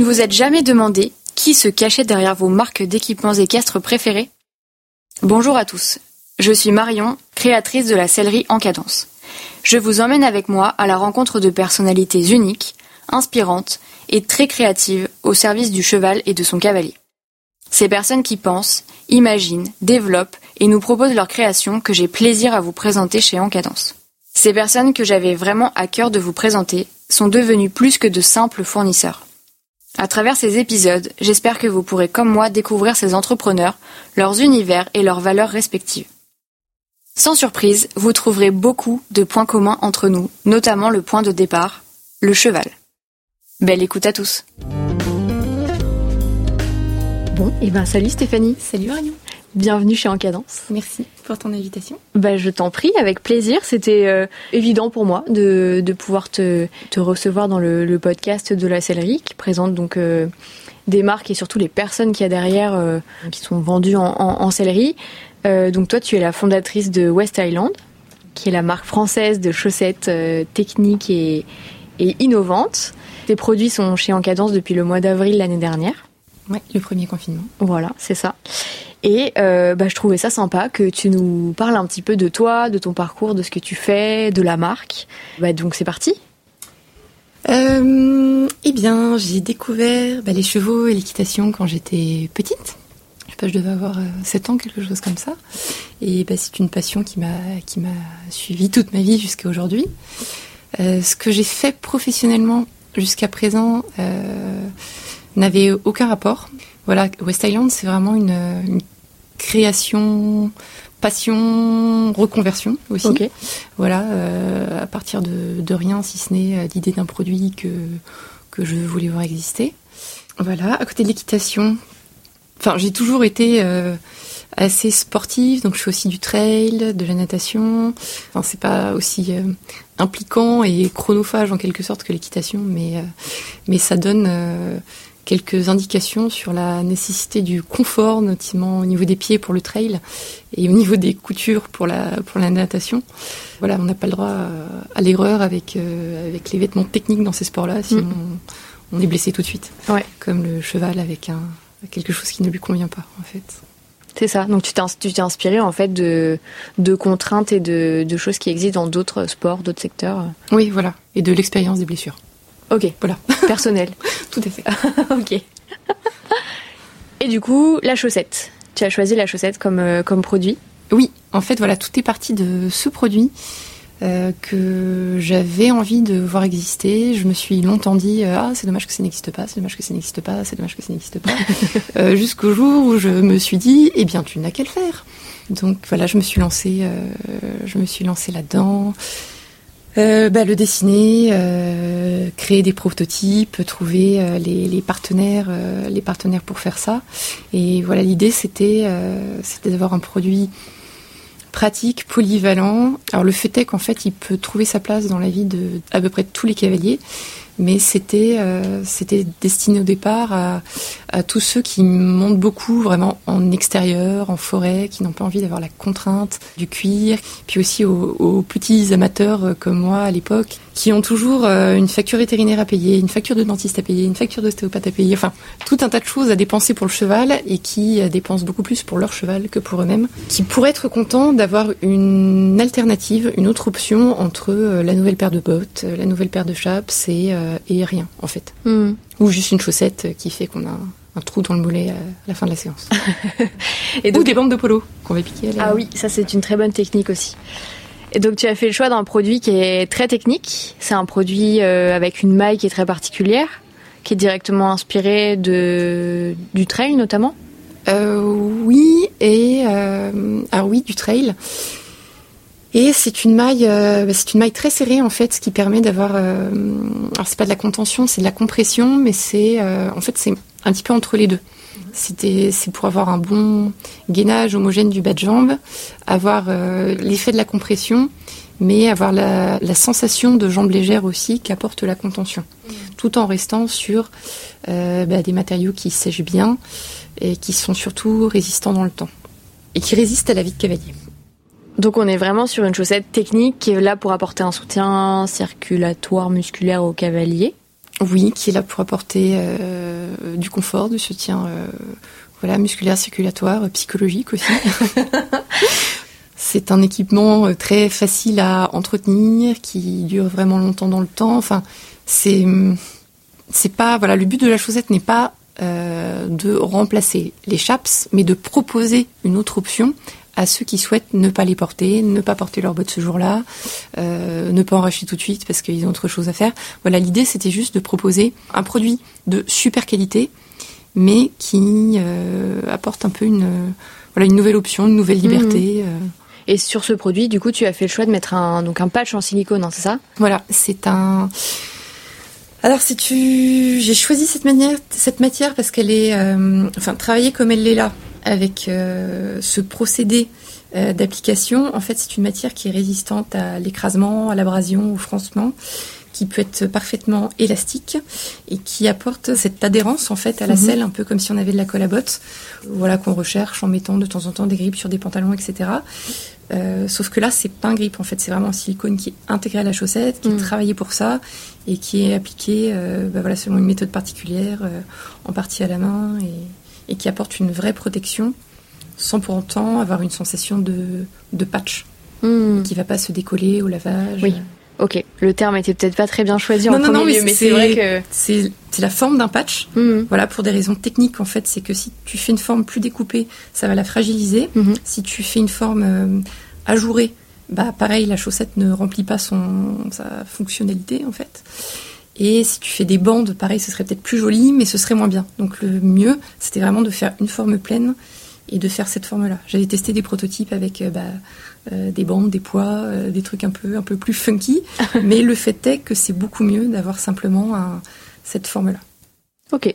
vous êtes jamais demandé qui se cachait derrière vos marques d'équipements équestres préférées ? Bonjour à tous, je suis Marion, créatrice de la sellerie En Cadence. Je vous emmène avec moi à la rencontre de personnalités uniques, inspirantes et très créatives au service du cheval et de son cavalier. Ces personnes qui pensent, imaginent, développent et nous proposent leurs créations que j'ai plaisir à vous présenter chez En Cadence. Ces personnes que j'avais vraiment à cœur de vous présenter sont devenues plus que de simples fournisseurs. À travers ces épisodes, j'espère que vous pourrez comme moi découvrir ces entrepreneurs, leurs univers et leurs valeurs respectives. Sans surprise, vous trouverez beaucoup de points communs entre nous, notamment le point de départ, le cheval. Belle écoute à tous. Bon, et salut Stéphanie. Salut Marion. Bienvenue chez En Cadence. Merci pour ton invitation. Je t'en prie, avec plaisir. C'était évident pour moi de pouvoir te recevoir dans le podcast de la sellerie qui présente donc des marques et surtout les personnes qu'il y a derrière qui sont vendues en sellerie. Donc toi, tu es la fondatrice de West Island, qui est la marque française de chaussettes techniques et innovantes. Tes produits sont chez En Cadence depuis le mois d'avril l'année dernière. Ouais, le premier confinement. Voilà, c'est ça. Et je trouvais ça sympa que tu nous parles un petit peu de toi, de ton parcours, de ce que tu fais, de la marque. Donc c'est parti. J'ai découvert les chevaux et l'équitation quand j'étais petite. Je devais avoir 7 ans, quelque chose comme ça. Et c'est une passion qui m'a suivie toute ma vie jusqu'à aujourd'hui. Ce que j'ai fait professionnellement jusqu'à présent n'avait aucun rapport. Voilà, West Island, c'est vraiment une création, passion, reconversion aussi. Okay. Voilà, à partir de rien, si ce n'est l'idée d'un produit que je voulais voir exister. Voilà, à côté de l'équitation, j'ai toujours été assez sportive, donc je fais aussi du trail, de la natation. C'est pas aussi impliquant et chronophage en quelque sorte que l'équitation, mais ça donne quelques indications sur la nécessité du confort, notamment au niveau des pieds pour le trail et au niveau des coutures pour la natation. Voilà, on n'a pas le droit à l'erreur avec les vêtements techniques dans ces sports-là, sinon on est blessé tout de suite. Ouais. Comme le cheval avec quelque chose qui ne lui convient pas, en fait. C'est ça. Donc tu t'es inspiré en fait de contraintes et de choses qui existent dans d'autres sports, d'autres secteurs. Oui, voilà. Et de l'expérience des blessures. Ok. Voilà. Personnel. Tout à fait. Ok. Et du coup, la chaussette. Tu as choisi la chaussette comme produit. Oui. En fait, voilà, tout est parti de ce produit que j'avais envie de voir exister. Je me suis longtemps dit c'est dommage que ça n'existe pas, c'est dommage que ça n'existe pas, c'est dommage que ça n'existe pas. Jusqu'au jour où je me suis dit tu n'as qu'à le faire. Donc voilà, je me suis lancée là-dedans. Le dessiner, créer des prototypes, trouver les partenaires pour faire ça. Et voilà, l'idée c'était d'avoir un produit pratique, polyvalent. Alors le fait est qu'en fait il peut trouver sa place dans la vie de à peu près tous les cavaliers, mais c'était destiné au départ à tous ceux qui montent beaucoup vraiment en extérieur, en forêt, qui n'ont pas envie d'avoir la contrainte du cuir, puis aussi aux petits amateurs comme moi à l'époque, qui ont toujours une facture vétérinaire à payer, une facture de dentiste à payer, une facture d'ostéopathe à payer, tout un tas de choses à dépenser pour le cheval et qui dépensent beaucoup plus pour leur cheval que pour eux-mêmes, qui pourraient être contents d'avoir une alternative, une autre option entre la nouvelle paire de bottes, la nouvelle paire de chaps et rien en fait. Ou juste une chaussette qui fait qu'on a un trou dans le mollet à la fin de la séance. Et donc, ou des bandes de polo qu'on va piquer. Ah oui, ça c'est une très bonne technique aussi. Et donc tu as fait le choix d'un produit qui est très technique. C'est un produit avec une maille qui est très particulière, qui est directement inspirée du trail notamment. Oui, du trail. Et c'est une maille très serrée en fait, ce qui permet d'avoir. Alors c'est pas de la contention, c'est de la compression, mais c'est un petit peu entre les deux. C'est pour avoir un bon gainage homogène du bas de jambe, avoir l'effet de la compression, mais avoir la sensation de jambe légère aussi qu'apporte la contention, tout en restant sur des matériaux qui sèchent bien et qui sont surtout résistants dans le temps et qui résistent à la vie de cavalier. Donc on est vraiment sur une chaussette technique qui est là pour apporter un soutien circulatoire musculaire au cavalier. Oui, qui est là pour apporter du confort, du soutien musculaire, circulatoire, psychologique aussi. C'est un équipement très facile à entretenir, qui dure vraiment longtemps dans le temps. Enfin, c'est pas le but de la chaussette n'est pas de remplacer les chaps, mais de proposer une autre option à ceux qui souhaitent ne pas les porter, ne pas porter leurs bottes ce jour-là, ne pas en racheter tout de suite parce qu'ils ont autre chose à faire. Voilà, l'idée c'était juste de proposer un produit de super qualité, mais qui apporte un peu une nouvelle option, une nouvelle liberté. Et sur ce produit, du coup, tu as fait le choix de mettre un patch en silicone, hein, c'est ça ? Voilà, c'est un... Alors, j'ai choisi cette matière parce qu'elle est... travailler comme elle l'est là, avec ce procédé d'application, en fait, c'est une matière qui est résistante à l'écrasement, à l'abrasion, au froncement, qui peut être parfaitement élastique et qui apporte cette adhérence en fait à la selle, un peu comme si on avait de la colle à botte, qu'on recherche en mettant de temps en temps des grippes sur des pantalons, etc. Sauf que là, c'est pas un grip en fait, c'est vraiment un silicone qui est intégré à la chaussette, qui est travaillé pour ça et qui est appliqué selon une méthode particulière, en partie à la main et qui apporte une vraie protection sans pour autant avoir une sensation de patch qui va pas se décoller au lavage. Oui. Ok, le terme était peut-être pas très bien choisi en premier lieu, mais c'est vrai que... C'est la forme d'un patch, pour des raisons techniques, en fait, c'est que si tu fais une forme plus découpée, ça va la fragiliser. Si tu fais une forme ajourée, pareil, la chaussette ne remplit pas sa fonctionnalité, en fait. Et si tu fais des bandes, pareil, ce serait peut-être plus joli, mais ce serait moins bien. Donc le mieux, c'était vraiment de faire une forme pleine et de faire cette forme-là. J'avais testé des prototypes avec des bandes, des poids, des trucs un peu plus funky, mais le fait est que c'est beaucoup mieux d'avoir simplement cette forme-là. Ok.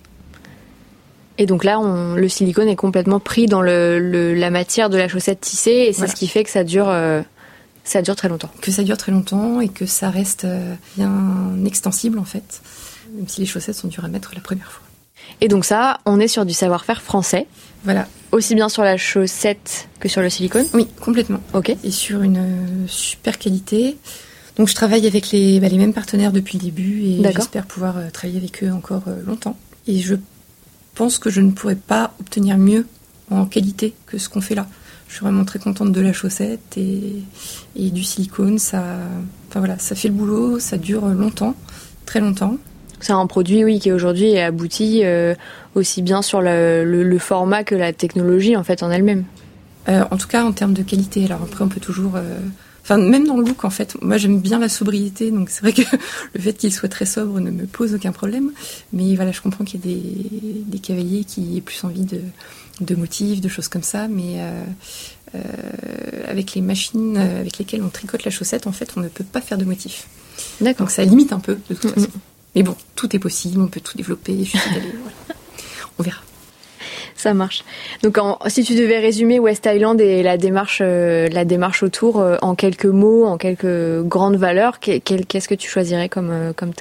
Et donc là, le silicone est complètement pris dans la matière de la chaussette tissée, et c'est ce qui fait que ça dure très longtemps. Que ça dure très longtemps et que ça reste bien extensible en fait, même si les chaussettes sont dures à mettre la première fois. Et donc ça, on est sur du savoir-faire français. Voilà. Aussi bien sur la chaussette que sur le silicone ? Oui, complètement. Ok. Et sur une super qualité. Donc je travaille avec les mêmes partenaires depuis le début et j'espère pouvoir travailler avec eux encore longtemps. Et je pense que je ne pourrais pas obtenir mieux en qualité que ce qu'on fait là. Je suis vraiment très contente de la chaussette et du silicone. Ça fait le boulot, ça dure longtemps, très longtemps. C'est un produit, qui aujourd'hui est abouti aussi bien sur le format que la technologie en fait en elle-même. En tout cas en termes de qualité. Alors après on peut toujours... même dans le look en fait, moi j'aime bien la sobriété, donc c'est vrai que le fait qu'il soit très sobre ne me pose aucun problème. Mais voilà, je comprends qu'il y ait des cavaliers qui aient plus envie de motifs, de choses comme ça. Mais avec les machines avec lesquelles on tricote la chaussette, en fait on ne peut pas faire de motifs. D'accord. Donc ça limite un peu de toute façon. Mais bon, tout est possible, on peut tout développer, juste y aller, voilà. On verra. Ça marche. Donc, si tu devais résumer West Island et la démarche autour en quelques mots, en quelques grandes valeurs, qu'est-ce que tu choisirais comme terme ?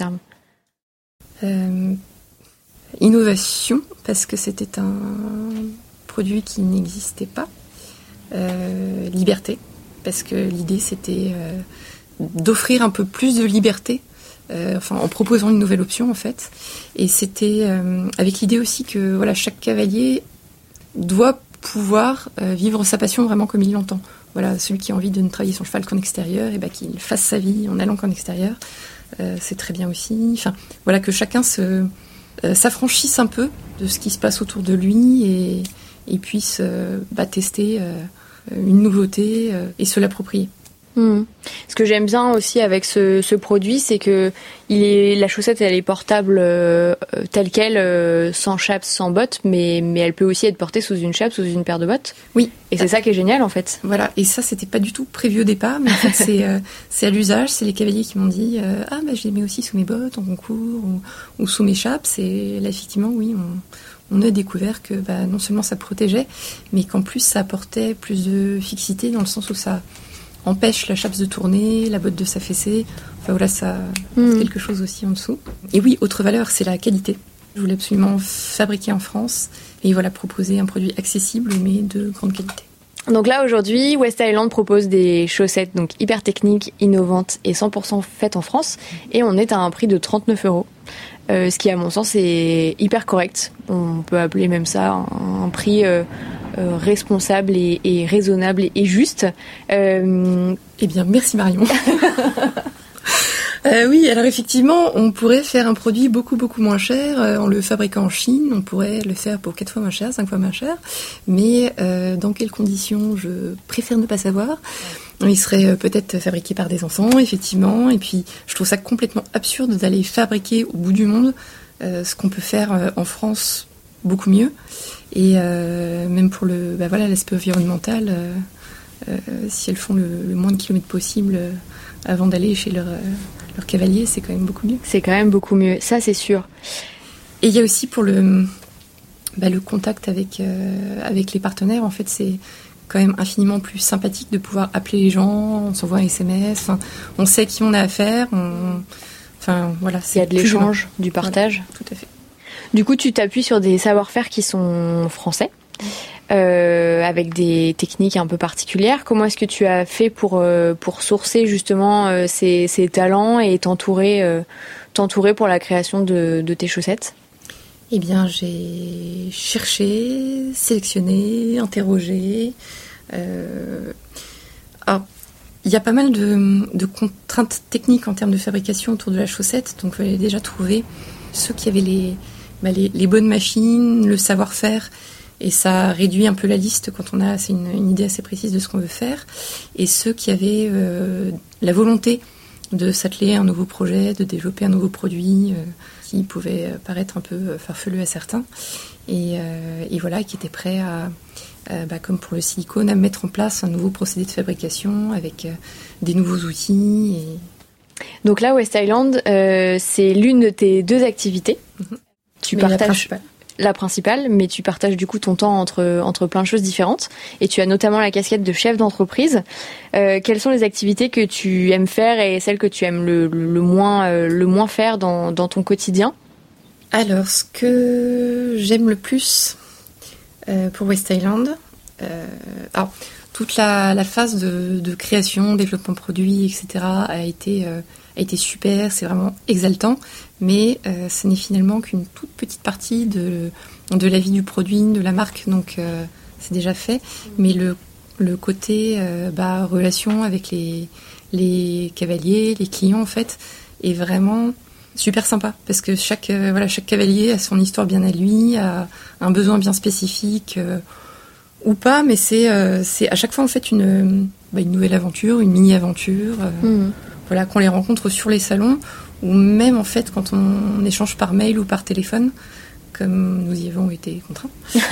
Innovation, parce que c'était un produit qui n'existait pas. Liberté, parce que l'idée c'était d'offrir un peu plus de liberté. En proposant une nouvelle option en fait, et c'était avec l'idée aussi que chaque cavalier doit pouvoir vivre sa passion vraiment comme il l'entend. Celui qui a envie de ne travailler son cheval qu'en extérieur, et qu'il fasse sa vie en allant qu'en extérieur, c'est très bien aussi. Que chacun s'affranchisse un peu de ce qui se passe autour de lui et puisse tester une nouveauté et se l'approprier. Ce que j'aime bien aussi avec ce produit, c'est que la chaussette elle est portable telle quelle, sans chape, sans bottes, mais elle peut aussi être portée sous une chape, sous une paire de bottes. Oui. Et c'est ça qui est génial en fait. Voilà. Et ça c'était pas du tout prévu au départ, mais en fait c'est à l'usage. C'est les cavaliers qui m'ont dit je les mets aussi sous mes bottes en concours ou sous mes chapes. Et là effectivement oui on a découvert que non seulement ça protégeait, mais qu'en plus ça apportait plus de fixité dans le sens où ça empêche la chape de tourner, la botte de s'affaisser. Ça quelque chose aussi en dessous. Et oui, autre valeur, c'est la qualité. Je voulais absolument fabriquer en France et proposer un produit accessible mais de grande qualité. Donc là, aujourd'hui, West Island propose des chaussettes donc hyper techniques, innovantes et 100% faites en France. Et on est à un prix de 39 €. ce qui à mon sens est hyper correct. On peut appeler même ça un prix responsable et raisonnable et juste. Eh bien, merci Marion. Oui, alors effectivement, on pourrait faire un produit beaucoup moins cher en le fabriquant en Chine. On pourrait le faire pour 4 fois moins cher, 5 fois moins cher. Mais dans quelles conditions, je préfère ne pas savoir. Il serait peut-être fabriqué par des enfants, effectivement. Et puis, je trouve ça complètement absurde d'aller fabriquer au bout du monde ce qu'on peut faire en France beaucoup mieux. Et même pour l'aspect environnemental, si elles font le moins de kilomètres possible avant d'aller chez leur cavalier, c'est quand même beaucoup mieux. C'est quand même beaucoup mieux, ça c'est sûr. Et il y a aussi pour le contact avec les partenaires, en fait, c'est quand même infiniment plus sympathique de pouvoir appeler les gens, on s'envoie un SMS, on sait qui on a affaire, il y a de l'échange, du partage. Voilà, tout à fait. Du coup, tu t'appuies sur des savoir-faire qui sont français, avec des techniques un peu particulières. Comment est-ce que tu as fait pour sourcer justement ces talents et t'entourer pour la création de tes chaussettes ? Eh bien, j'ai cherché, sélectionné, interrogé. Alors, il y a pas mal de contraintes techniques en termes de fabrication autour de la chaussette. Donc, il fallait déjà trouver ceux qui avaient les bonnes machines, le savoir-faire. Et ça réduit un peu la liste quand on a une idée assez précise de ce qu'on veut faire. Et ceux qui avaient la volonté de s'atteler à un nouveau projet, de développer un nouveau produit qui pouvait paraître un peu farfelu à certains. Et voilà, qui étaient prêts à, comme pour le silicone, à mettre en place un nouveau procédé de fabrication avec des nouveaux outils. Donc là, West Island, c'est l'une de tes 2 activités. Mm-hmm. Tu partages la principale, mais tu partages du coup ton temps entre plein de choses différentes. Et tu as notamment la casquette de chef d'entreprise. Quelles sont les activités que tu aimes faire et celles que tu aimes le moins faire dans ton quotidien ? Alors, ce que j'aime le plus pour West Island, toute la phase de création, développement produit, etc. a été super, c'est vraiment exaltant, mais ce n'est finalement qu'une toute petite partie de la vie du produit, de la marque, donc c'est déjà fait. Mais le côté relation avec les cavaliers, les clients, en fait, est vraiment super sympa, parce que chaque cavalier a son histoire bien à lui, a un besoin bien spécifique, ou pas, mais c'est à chaque fois en fait une nouvelle aventure, une mini-aventure, qu'on les rencontre sur les salons, ou même en fait quand on échange par mail ou par téléphone, comme nous y avons été contraints.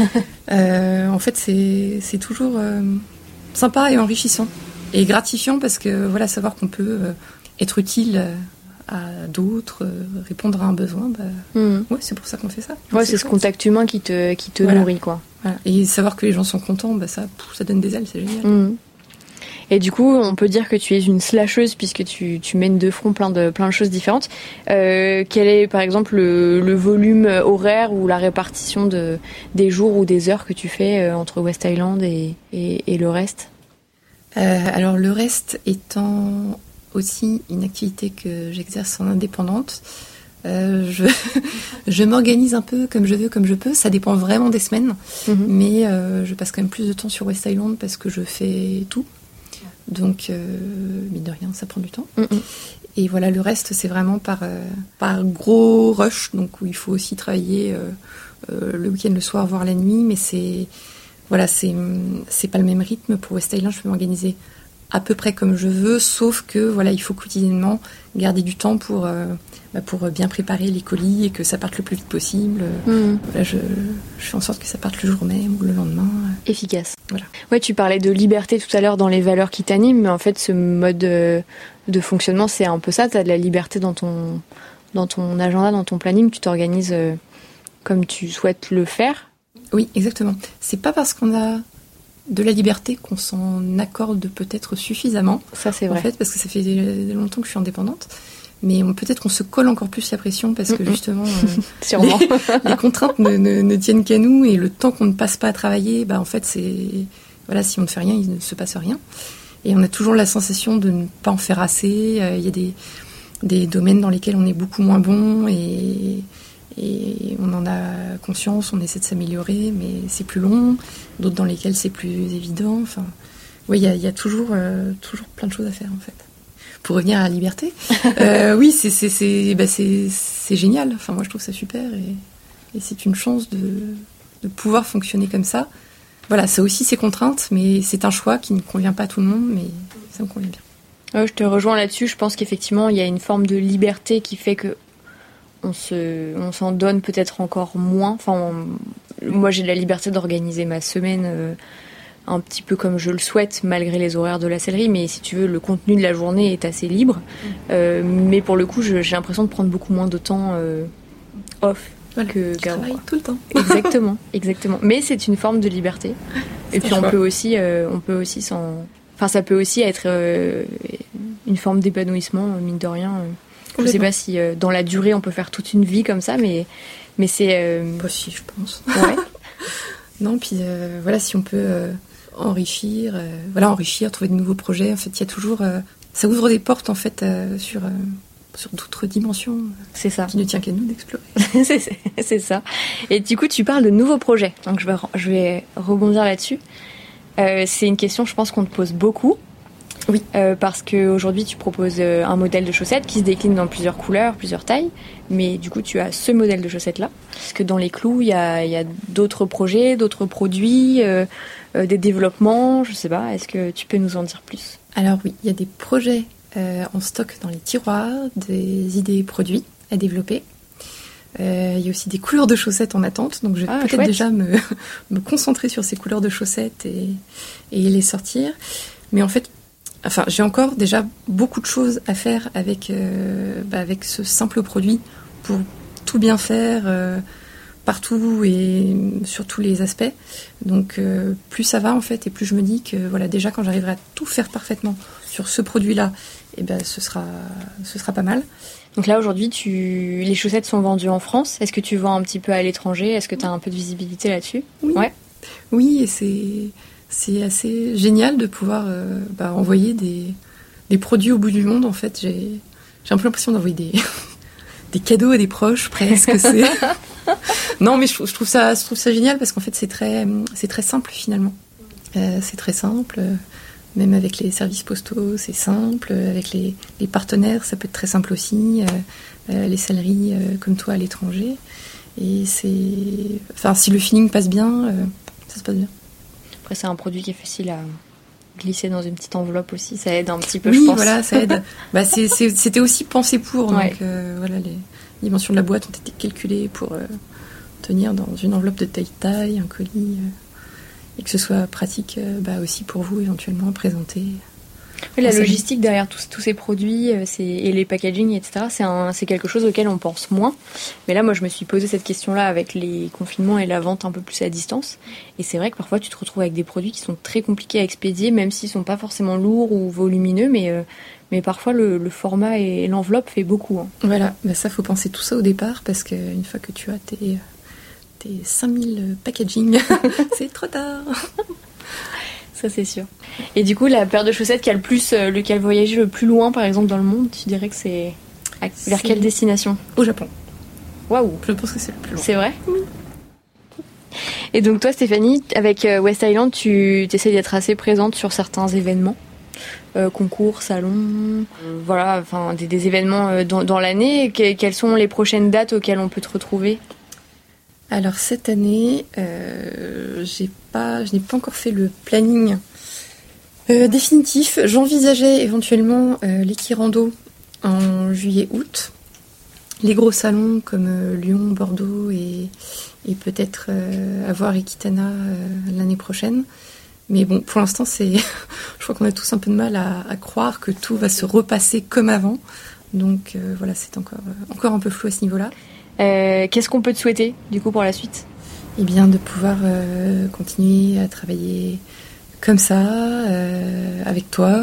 En fait, c'est toujours sympa et enrichissant, et gratifiant, parce que savoir qu'on peut être utile à d'autres, répondre à un besoin, c'est pour ça qu'on fait ça. Ouais, c'est ce contact humain qui te nourrit, quoi. Voilà. Et savoir que les gens sont contents, ça donne des ailes, c'est génial. Et du coup, on peut dire que tu es une slasheuse, puisque tu mènes de front plein de choses différentes. Quel est, par exemple, le volume horaire ou la répartition des jours ou des heures que tu fais entre West Island et le reste ? Alors, le reste étant aussi une activité que j'exerce en indépendante, je m'organise un peu comme je veux, comme je peux. Ça dépend vraiment des semaines, mais je passe quand même plus de temps sur West Island parce que je fais tout. Donc, mine de rien, ça prend du temps. Et voilà, le reste, c'est vraiment par gros rush, donc où il faut aussi travailler le week-end, le soir, voire la nuit, mais c'est pas le même rythme. Pour West Island, je peux m'organiser à peu près comme je veux, sauf que il faut quotidiennement garder du temps pour bien préparer les colis et que ça parte le plus vite possible. Je fais en sorte que ça parte le jour même ou le lendemain. Efficace. Voilà. Ouais, tu parlais de liberté tout à l'heure dans les valeurs qui t'animent, mais en fait, ce mode de fonctionnement, c'est un peu ça. Tu as de la liberté dans ton agenda, dans ton planning. Tu t'organises comme tu souhaites le faire. Oui, exactement. C'est pas parce qu'on a de la liberté qu'on s'en accorde peut-être suffisamment. Ça, c'est vrai. En fait, parce que ça fait longtemps que je suis indépendante. Mais peut-être qu'on se colle encore plus la pression parce que justement, sûrement. les contraintes ne tiennent qu'à nous, et le temps qu'on ne passe pas à travailler, en fait, si on ne fait rien, il ne se passe rien. Et on a toujours la sensation de ne pas en faire assez. Il y a des domaines dans lesquels on est beaucoup moins bon et on en a conscience, on essaie de s'améliorer, mais c'est plus long. D'autres dans lesquels c'est plus évident. Enfin, oui, il y a toujours plein de choses à faire en fait. Pour revenir à la liberté, oui, c'est génial. Enfin, moi, je trouve ça super et c'est une chance de pouvoir fonctionner comme ça. Voilà, ça aussi ses contraintes, mais c'est un choix qui ne convient pas à tout le monde, mais ça me convient bien. Je te rejoins là-dessus. Je pense qu'effectivement, il y a une forme de liberté qui fait que on s'en donne peut-être encore moins. Enfin, moi, j'ai la liberté d'organiser ma semaine un petit peu comme je le souhaite, malgré les horaires de la sellerie. Mais si tu veux, le contenu de la journée est assez libre. Mais pour le coup, j'ai l'impression de prendre beaucoup moins de temps off. Voilà, tu travailles tout le temps. Exactement. Mais c'est une forme de liberté. Et puis on peut aussi Enfin, ça peut aussi être une forme d'épanouissement, mine de rien. Je ne sais pas si dans la durée on peut faire toute une vie comme ça, mais c'est. Bah si, je pense. Ouais. Non, puis voilà, si on peut enrichir, trouver de nouveaux projets. En fait, il y a toujours, ça ouvre des portes en fait sur d'autres dimensions. C'est ça. Qui ne tient qu'à nous d'explorer. c'est ça. Et du coup, tu parles de nouveaux projets. Donc je vais rebondir là-dessus. C'est une question, je pense, qu'on te pose beaucoup. Oui. Parce qu'aujourd'hui, tu proposes un modèle de chaussettes qui se décline dans plusieurs couleurs, plusieurs tailles. Mais du coup, tu as ce modèle de chaussettes-là. Parce que dans les clous, il y a d'autres projets, d'autres produits, des développements, je sais pas. Est-ce que tu peux nous en dire plus ? Alors oui, il y a des projets en stock dans les tiroirs, des idées produits à développer. Il y a aussi des couleurs de chaussettes en attente, donc je vais peut-être chouette. déjà me concentrer sur ces couleurs de chaussettes et les sortir. Mais en fait, j'ai encore déjà beaucoup de choses à faire avec ce simple produit pour tout bien faire partout et sur tous les aspects. Donc plus ça va en fait, et plus je me dis que voilà, déjà quand j'arriverai à tout faire parfaitement sur ce produit-là, ce sera pas mal. Donc là aujourd'hui, les chaussettes sont vendues en France. Est-ce que tu vends un petit peu à l'étranger ? Est-ce que tu as un peu de visibilité là-dessus ? Oui. Ouais. Oui, et c'est assez génial de pouvoir envoyer des produits au bout du monde. En fait, j'ai un peu l'impression d'envoyer des cadeaux à des proches presque. Non, mais je trouve ça génial parce qu'en fait c'est très simple finalement. C'est très simple. Même avec les services postaux, c'est simple. Avec les partenaires, ça peut être très simple aussi. Les selleries comme toi à l'étranger. Et si le feeling passe bien, ça se passe bien. Après, c'est un produit qui est facile à glisser dans une petite enveloppe aussi. Ça aide un petit peu, je pense. Oui, voilà, ça aide. C'était aussi pensé pour. Ouais. Donc voilà, les dimensions de la boîte ont été calculées pour tenir dans une enveloppe de taille, un colis. Et que ce soit pratique aussi pour vous éventuellement à présenter. Oui, la logistique derrière tous ces produits et les packaging, etc., c'est quelque chose auquel on pense moins. Mais là, moi, je me suis posé cette question-là avec les confinements et la vente un peu plus à distance. Et c'est vrai que parfois, tu te retrouves avec des produits qui sont très compliqués à expédier, même s'ils ne sont pas forcément lourds ou volumineux. Mais parfois, le format et l'enveloppe fait beaucoup. Hein. Voilà, ça, faut penser tout ça au départ, parce qu'une fois que tu as tes 5000 packaging, c'est trop tard. Ça, c'est sûr. Et du coup, la paire de chaussettes qui a lequel voyagé le plus loin, par exemple, dans le monde, tu dirais que c'est vers quelle destination ? Au Japon. Waouh ! Je pense que c'est le plus loin. C'est vrai ? Oui. Et donc toi, Stéphanie, avec West Island, tu essaies d'être assez présente sur certains événements, concours, salons, des événements dans l'année. Quelles sont les prochaines dates auxquelles on peut te retrouver ? Alors cette année, je n'ai pas encore fait le planning définitif. J'envisageais éventuellement l'Equirando en juillet-août. Les gros salons comme Lyon, Bordeaux et peut-être avoir Equitana l'année prochaine. Mais bon, pour l'instant, je crois qu'on a tous un peu de mal à croire que tout va se repasser comme avant. Donc voilà, c'est encore un peu flou à ce niveau-là. Qu'est-ce qu'on peut te souhaiter, du coup, pour la suite ? Eh bien, de pouvoir continuer à travailler comme ça, avec toi,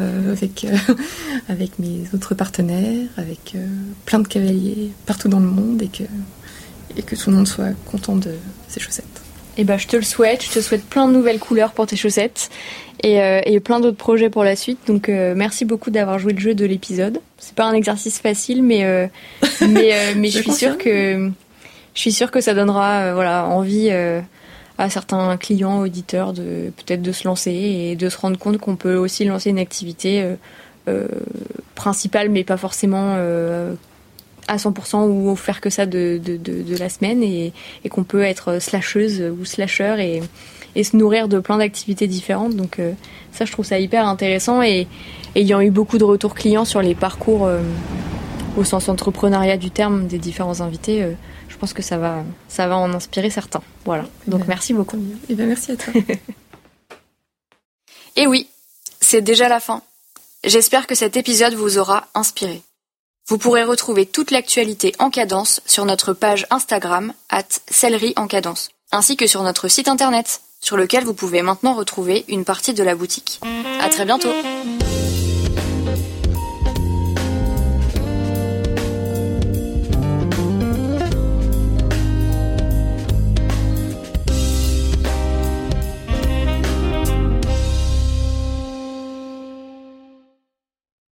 avec mes autres partenaires, avec plein de cavaliers partout dans le monde, et que tout le monde soit content de ces chaussettes. Et je te le souhaite. Je te souhaite plein de nouvelles couleurs pour tes chaussettes et plein d'autres projets pour la suite. Donc merci beaucoup d'avoir joué le jeu de l'épisode. C'est pas un exercice facile, mais je suis sûre que ça donnera envie à certains clients, auditeurs de peut-être de se lancer et de se rendre compte qu'on peut aussi lancer une activité principale, mais pas forcément à 100% ou faire que ça de la semaine et qu'on peut être slasheuse ou slasher et se nourrir de plein d'activités différentes. Donc ça, je trouve ça hyper intéressant et ayant eu beaucoup de retours clients sur les parcours au sens entrepreneuriat du terme des différents invités, je pense que ça va en inspirer certains. Voilà. Donc merci beaucoup. Et merci à toi. Et oui, c'est déjà la fin. J'espère que cet épisode vous aura inspiré. Vous pourrez retrouver toute l'actualité en cadence sur notre page Instagram @selleriesencadence, ainsi que sur notre site internet, sur lequel vous pouvez maintenant retrouver une partie de la boutique. À très bientôt!